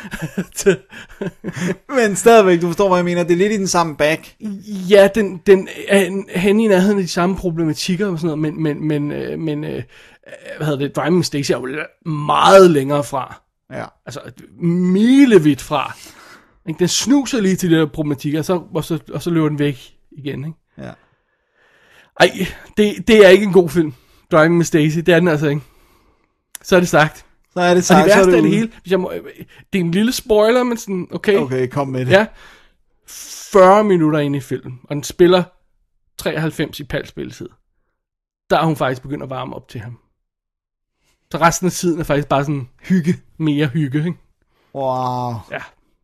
[SPEAKER 3] Men stadigvæk, du forstår, hvad jeg mener. Det er lidt i den samme back.
[SPEAKER 4] Ja, den, den er hen i nærheden af de samme problematikker og sådan noget, men, men, men, øh, men øh, hvad hedder det, Driving Miss Daisy er jo meget længere fra.
[SPEAKER 3] Ja.
[SPEAKER 4] Altså milevidt fra. Den snuser lige til de der problematikker, og så, og så, og så løber den væk igen, ikke?
[SPEAKER 3] Ja.
[SPEAKER 4] Ej, det, det er ikke en god film, Driving Miss Daisy, det er den altså ikke. Så er det sagt.
[SPEAKER 3] Så er det sagt,
[SPEAKER 4] og det værste
[SPEAKER 3] så er det,
[SPEAKER 4] er det hele, hvis jeg må, det er en lille spoiler, men sådan, okay.
[SPEAKER 3] Okay, kom med det.
[SPEAKER 4] Ja, fyrre minutter inde i filmen, og den spiller treoghalvfems i palspilletid. Der er hun faktisk begyndt at varme op til ham. Så resten af tiden er faktisk bare sådan hygge, mere hygge, ikke?
[SPEAKER 3] Wow.
[SPEAKER 4] Ja.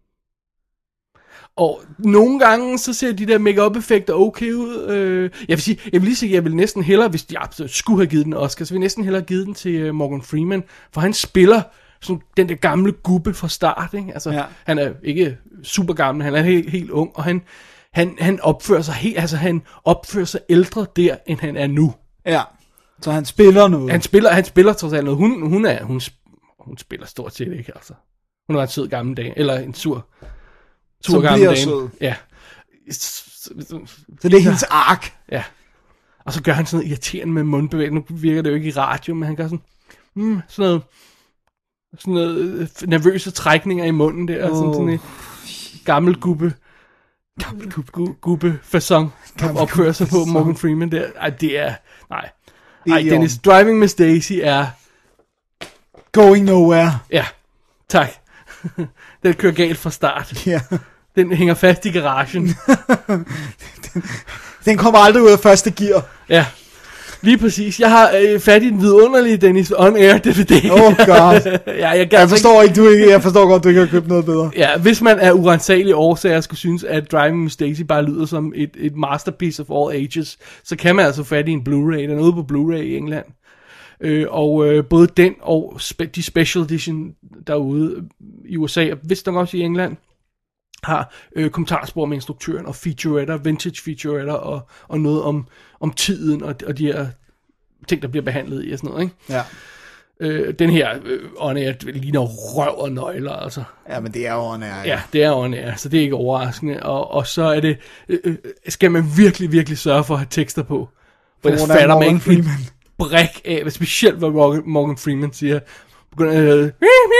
[SPEAKER 4] Og nogle gange, så ser de der make-up-effekter okay ud. Øh, jeg vil sige, jeg vil lige sige, jeg vil næsten hellere, hvis de absolut skulle have givet den Oscar, så vil jeg næsten hellere have givet den til Morgan Freeman, for han spiller sådan den der gamle gubbe fra start, ikke? Altså, ja. Han er ikke super gammel, han er helt, helt ung, og han, han, han opfører sig helt, altså han opfører sig ældre der, end han er nu.
[SPEAKER 3] Ja, så han spiller noget.
[SPEAKER 4] Han spiller, han spiller trods alt noget. Hun, hun, er, hun, hun spiller stort set ikke, altså. Hun var en sød gammel dame, eller en sur...
[SPEAKER 3] Som bliver sød.
[SPEAKER 4] Ja.
[SPEAKER 3] Så det er hendes ark.
[SPEAKER 4] Ja. Og så gør han sådan noget irriterende med mundbevægelser. Nu virker det jo ikke i radio, men han gør sådan, hmm, sådan noget, sådan noget nervøse trækninger i munden der. Oh. Sådan, sådan en gammel gubbe, gammel gubbe, gubbe fasong, der opfører sig på Morgan Freeman der. Ej, det er, nej. Ej, Dennis, Driving Miss Daisy er...
[SPEAKER 3] Going nowhere.
[SPEAKER 4] Ja, tak. Den kører galt fra start.
[SPEAKER 3] Ja.
[SPEAKER 4] Den hænger fast i garagen.
[SPEAKER 3] den, den kommer aldrig ud af første gear.
[SPEAKER 4] Ja, lige præcis. Jeg har øh, fat i den vidunderlige Dennis On-Air D V D.
[SPEAKER 3] Oh god.
[SPEAKER 4] ja, jeg,
[SPEAKER 3] jeg forstår ikke, du ikke, jeg forstår godt, du ikke har købt noget bedre.
[SPEAKER 4] Ja, hvis man er urensagelige årsager skulle synes, at Driving Miss Daisy bare lyder som et, et masterpiece of all ages, så kan man altså fat i en Blu-ray. Den er ude på Blu-ray i England. Øh, og øh, både den og spe- de special edition derude i U S A, og vist nok også i England, har øh, kommentarspor med instruktøren og featuretter, vintage featuretter og, og noget om, om tiden og, og de her ting, der bliver behandlet i og sådan noget, ikke?
[SPEAKER 3] Ja.
[SPEAKER 4] Øh, den her øh, on-air ligner røv og nøgler, altså.
[SPEAKER 3] Ja, men det er on-air. Ja,
[SPEAKER 4] ja det er on-air, så det er ikke overraskende. Og, og så er det, øh, skal man virkelig, virkelig sørge for at have tekster på. For ellers fatter man ikke en brik af, specielt hvad Morgan Freeman siger. Begynder at høre,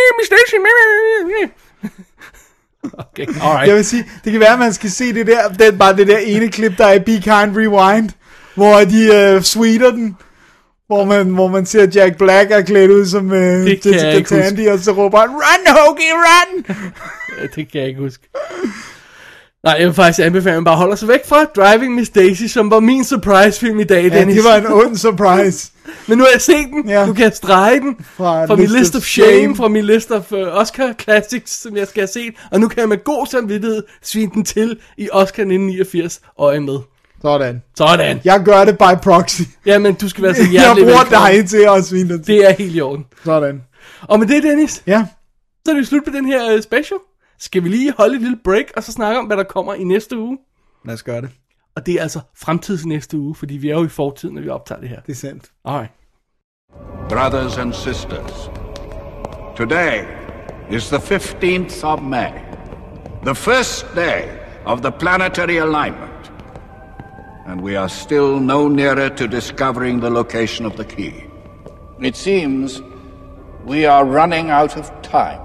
[SPEAKER 4] okay, alright.
[SPEAKER 3] Jeg vil sige, det kan være, at man skal se det der, den, bare det der ene klip, der er i Be Kind Rewind, hvor de uh, sweeter den, hvor man, hvor man ser Jack Black er klædt ud som uh, Jessica Tandy, og så råber han, run, Hoagie, run!
[SPEAKER 4] Det kan jeg ikke huske. Nej, jeg vil faktisk anbefale, at man bare holder sig væk fra Driving Miss Daisy, som var min surprise-film i dag,
[SPEAKER 3] ja,
[SPEAKER 4] Dennis.
[SPEAKER 3] det var en ond surprise.
[SPEAKER 4] Men nu har jeg set den, ja. Nu kan jeg strege den fra, fra min list of shame, shame, fra min list of uh, Oscar Classics, som jeg skal have set, og nu kan jeg med god samvittighed svine den til i Oscar nitten niogfirs, og er med.
[SPEAKER 3] Sådan.
[SPEAKER 4] Sådan.
[SPEAKER 3] Jeg gør det by proxy.
[SPEAKER 4] Jamen, du skal være så hjertelig
[SPEAKER 3] velkommen. Jeg bruger dig til at svine den til.
[SPEAKER 4] Det er helt i orden.
[SPEAKER 3] Sådan.
[SPEAKER 4] Og med det, Dennis,
[SPEAKER 3] ja.
[SPEAKER 4] Så er det slut på den her uh, special. Skal vi lige holde et lille break, og så snakke om, hvad der kommer i næste uge?
[SPEAKER 3] Lad os gøre det.
[SPEAKER 4] Og det er altså fremtids næste uge, fordi vi er jo i fortiden, når vi optager det her.
[SPEAKER 3] Det er sandt.
[SPEAKER 4] Alright.
[SPEAKER 9] Brothers and sisters, today is the fifteenth of May, the first day of the planetary alignment, and we are still no nearer to discovering the location of the key.
[SPEAKER 10] It seems we are running out of time.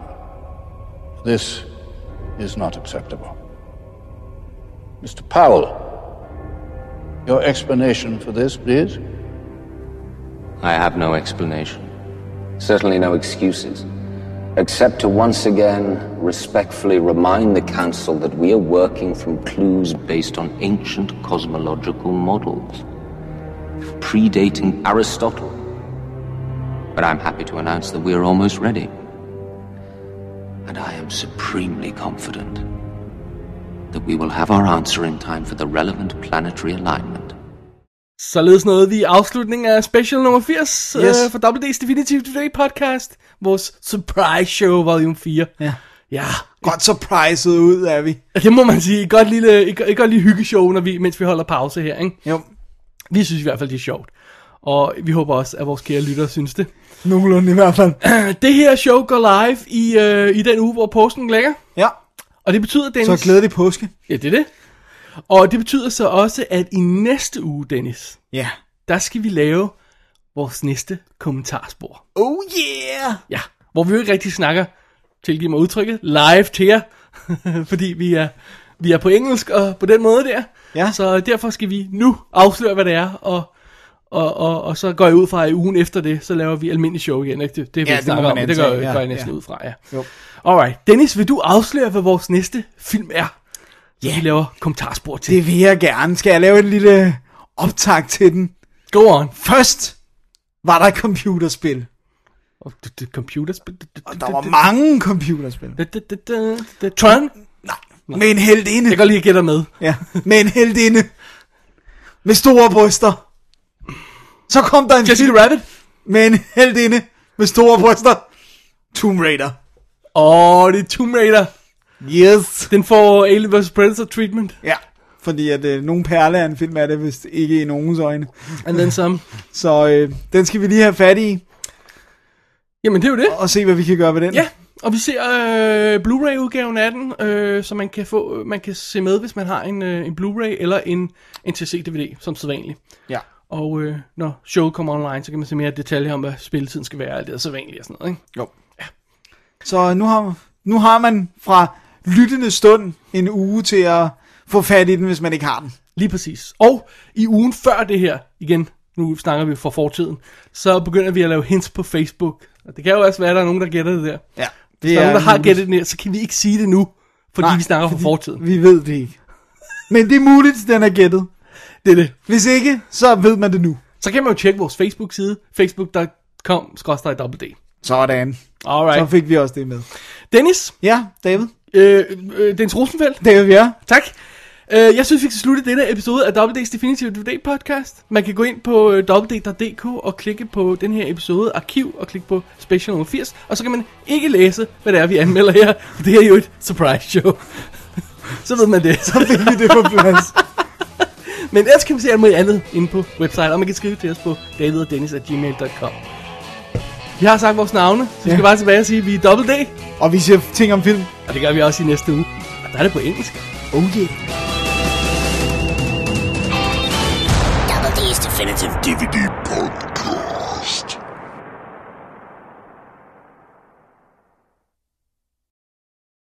[SPEAKER 10] This is not acceptable. Mister Powell, your explanation for this, please?
[SPEAKER 11] I have no explanation. Certainly no excuses. Except to once again respectfully remind the Council that we are working from clues based on ancient cosmological models, predating Aristotle. But I'm happy to announce that we are almost ready. And I am supremely confident that we will have our answer in time for the relevant planetary alignment.
[SPEAKER 4] Således nåede vi afslutningen af special nummer firs
[SPEAKER 3] yes.
[SPEAKER 4] uh, for W D's Definitive Today podcast. Vores surprise show volume fire.
[SPEAKER 3] Ja.
[SPEAKER 4] Ja.
[SPEAKER 3] Godt surpriset ud er vi.
[SPEAKER 4] Det må man sige. Et godt lille, et, et godt lille hyggeshow, når vi, mens vi holder pause her, ikke?
[SPEAKER 3] Jo.
[SPEAKER 4] Vi synes i hvert fald, det er sjovt. Og vi håber også, at vores kære lyttere synes det.
[SPEAKER 3] Nogenlunde i hvert fald.
[SPEAKER 4] Det her show går live i, øh, i den uge, hvor påsken ligger.
[SPEAKER 3] Ja.
[SPEAKER 4] Og det betyder, Dennis...
[SPEAKER 3] Så glædelig påske.
[SPEAKER 4] Ja, det er det. Og det betyder så også, at i næste uge, Dennis...
[SPEAKER 3] Ja.
[SPEAKER 4] Der skal vi lave vores næste kommentarspor.
[SPEAKER 3] Oh yeah!
[SPEAKER 4] Ja, hvor vi jo ikke rigtig snakker, tilgiv mig udtrykket, live til jer. Fordi vi er, vi er på engelsk og på den måde der.
[SPEAKER 3] Ja.
[SPEAKER 4] Så derfor skal vi nu afsløre, hvad det er, og... Og, og, og så går jeg ud fra, at ugen efter det, så laver vi almindelig show igen, ikke? Det, det,
[SPEAKER 3] ja,
[SPEAKER 4] vi snakker om. Det gør, ja, gør jeg næsten
[SPEAKER 3] ja.
[SPEAKER 4] ud fra, ja.
[SPEAKER 3] Jo.
[SPEAKER 4] Alright, Dennis, vil du afsløre, hvad vores næste film er? Så
[SPEAKER 3] ja.
[SPEAKER 4] vi laver kommentarspor til.
[SPEAKER 3] Det vil jeg gerne. Skal jeg lave en lille optag til den?
[SPEAKER 4] Go on.
[SPEAKER 3] Først var der et computerspil.
[SPEAKER 4] Computerspil?
[SPEAKER 3] Og der var mange computerspil.
[SPEAKER 4] Tron?
[SPEAKER 3] Nej, med en heldinde.
[SPEAKER 4] Jeg kan lige gætte med.
[SPEAKER 3] Ja, med en heldinde. Med store bryster. Så kom der en
[SPEAKER 4] Jessica
[SPEAKER 3] film
[SPEAKER 4] Rabbit
[SPEAKER 3] med en heldinde med store bryster. Tomb Raider.
[SPEAKER 4] Åh, oh, det er Tomb Raider.
[SPEAKER 3] Yes.
[SPEAKER 4] Den får Alien versus. Predator treatment.
[SPEAKER 3] Ja, fordi at øh, nogle perle af en film er det vist ikke i nogens øjne.
[SPEAKER 4] And then some.
[SPEAKER 3] Så øh, den skal vi lige have fat i.
[SPEAKER 4] Jamen det er jo det.
[SPEAKER 3] Og se hvad vi kan gøre ved den.
[SPEAKER 4] Ja, og vi ser øh, Blu-ray udgaven af den, øh, så man kan få, man kan se med, hvis man har en, øh, en Blu-ray eller en N T C D V D, som sædvanligt.
[SPEAKER 3] Ja.
[SPEAKER 4] Og øh, når showet kommer online, så kan man se mere detaljer om, hvad spilletiden skal være, alt det er sædvanligt og sådan noget, ikke?
[SPEAKER 3] Jo. Ja. Så nu har, nu har man fra lyttende stund en uge til at få fat i den, hvis man ikke har den.
[SPEAKER 4] Lige præcis. Og i ugen før det her, igen, nu snakker vi fra fortiden, så begynder vi at lave hints på Facebook. Og det kan jo også være, at der er nogen, der gætter det der.
[SPEAKER 3] Ja.
[SPEAKER 4] Hvis der er nogen, der har gættet det, så kan vi ikke sige det nu, fordi Nej, vi snakker fra fortiden.
[SPEAKER 3] Vi ved det ikke. Men det er muligt, den er gættet.
[SPEAKER 4] Det er det.
[SPEAKER 3] Hvis ikke, så ved man det nu.
[SPEAKER 4] Så kan man jo tjekke vores Facebook-side, facebook punktum com skråstreg W D.
[SPEAKER 3] Sådan.
[SPEAKER 4] Alright.
[SPEAKER 3] Så fik vi også det med.
[SPEAKER 4] Dennis.
[SPEAKER 3] Ja, David.
[SPEAKER 4] Øh, øh, Dennis Rosenfeldt.
[SPEAKER 3] David, ja.
[SPEAKER 4] Tak. Øh, jeg synes, vi skal slutte denne episode af W D's Definitive D V D podcast. Man kan gå ind på w w w punktum d k og klikke på den her episode arkiv og klikke på special nummer firs. Og så kan man ikke læse, hvad det er, vi anmelder her. Det er jo et surprise show. Så ved man det.
[SPEAKER 3] Så fik vi det på plads.
[SPEAKER 4] Men ellers kan vi se alt muligt andet inde på website, og man kan skrive til os på david og dennis at gmail punktum com. Vi har sagt vores navne, så vi skal ja. bare tilbage og sige, at vi er Double D.
[SPEAKER 3] Og vi siger ting om film.
[SPEAKER 4] Og det gør vi også i næste uge. Og der er det på engelsk.
[SPEAKER 3] Oh yeah.
[SPEAKER 1] Double D's Definitive
[SPEAKER 2] D V D Podcast.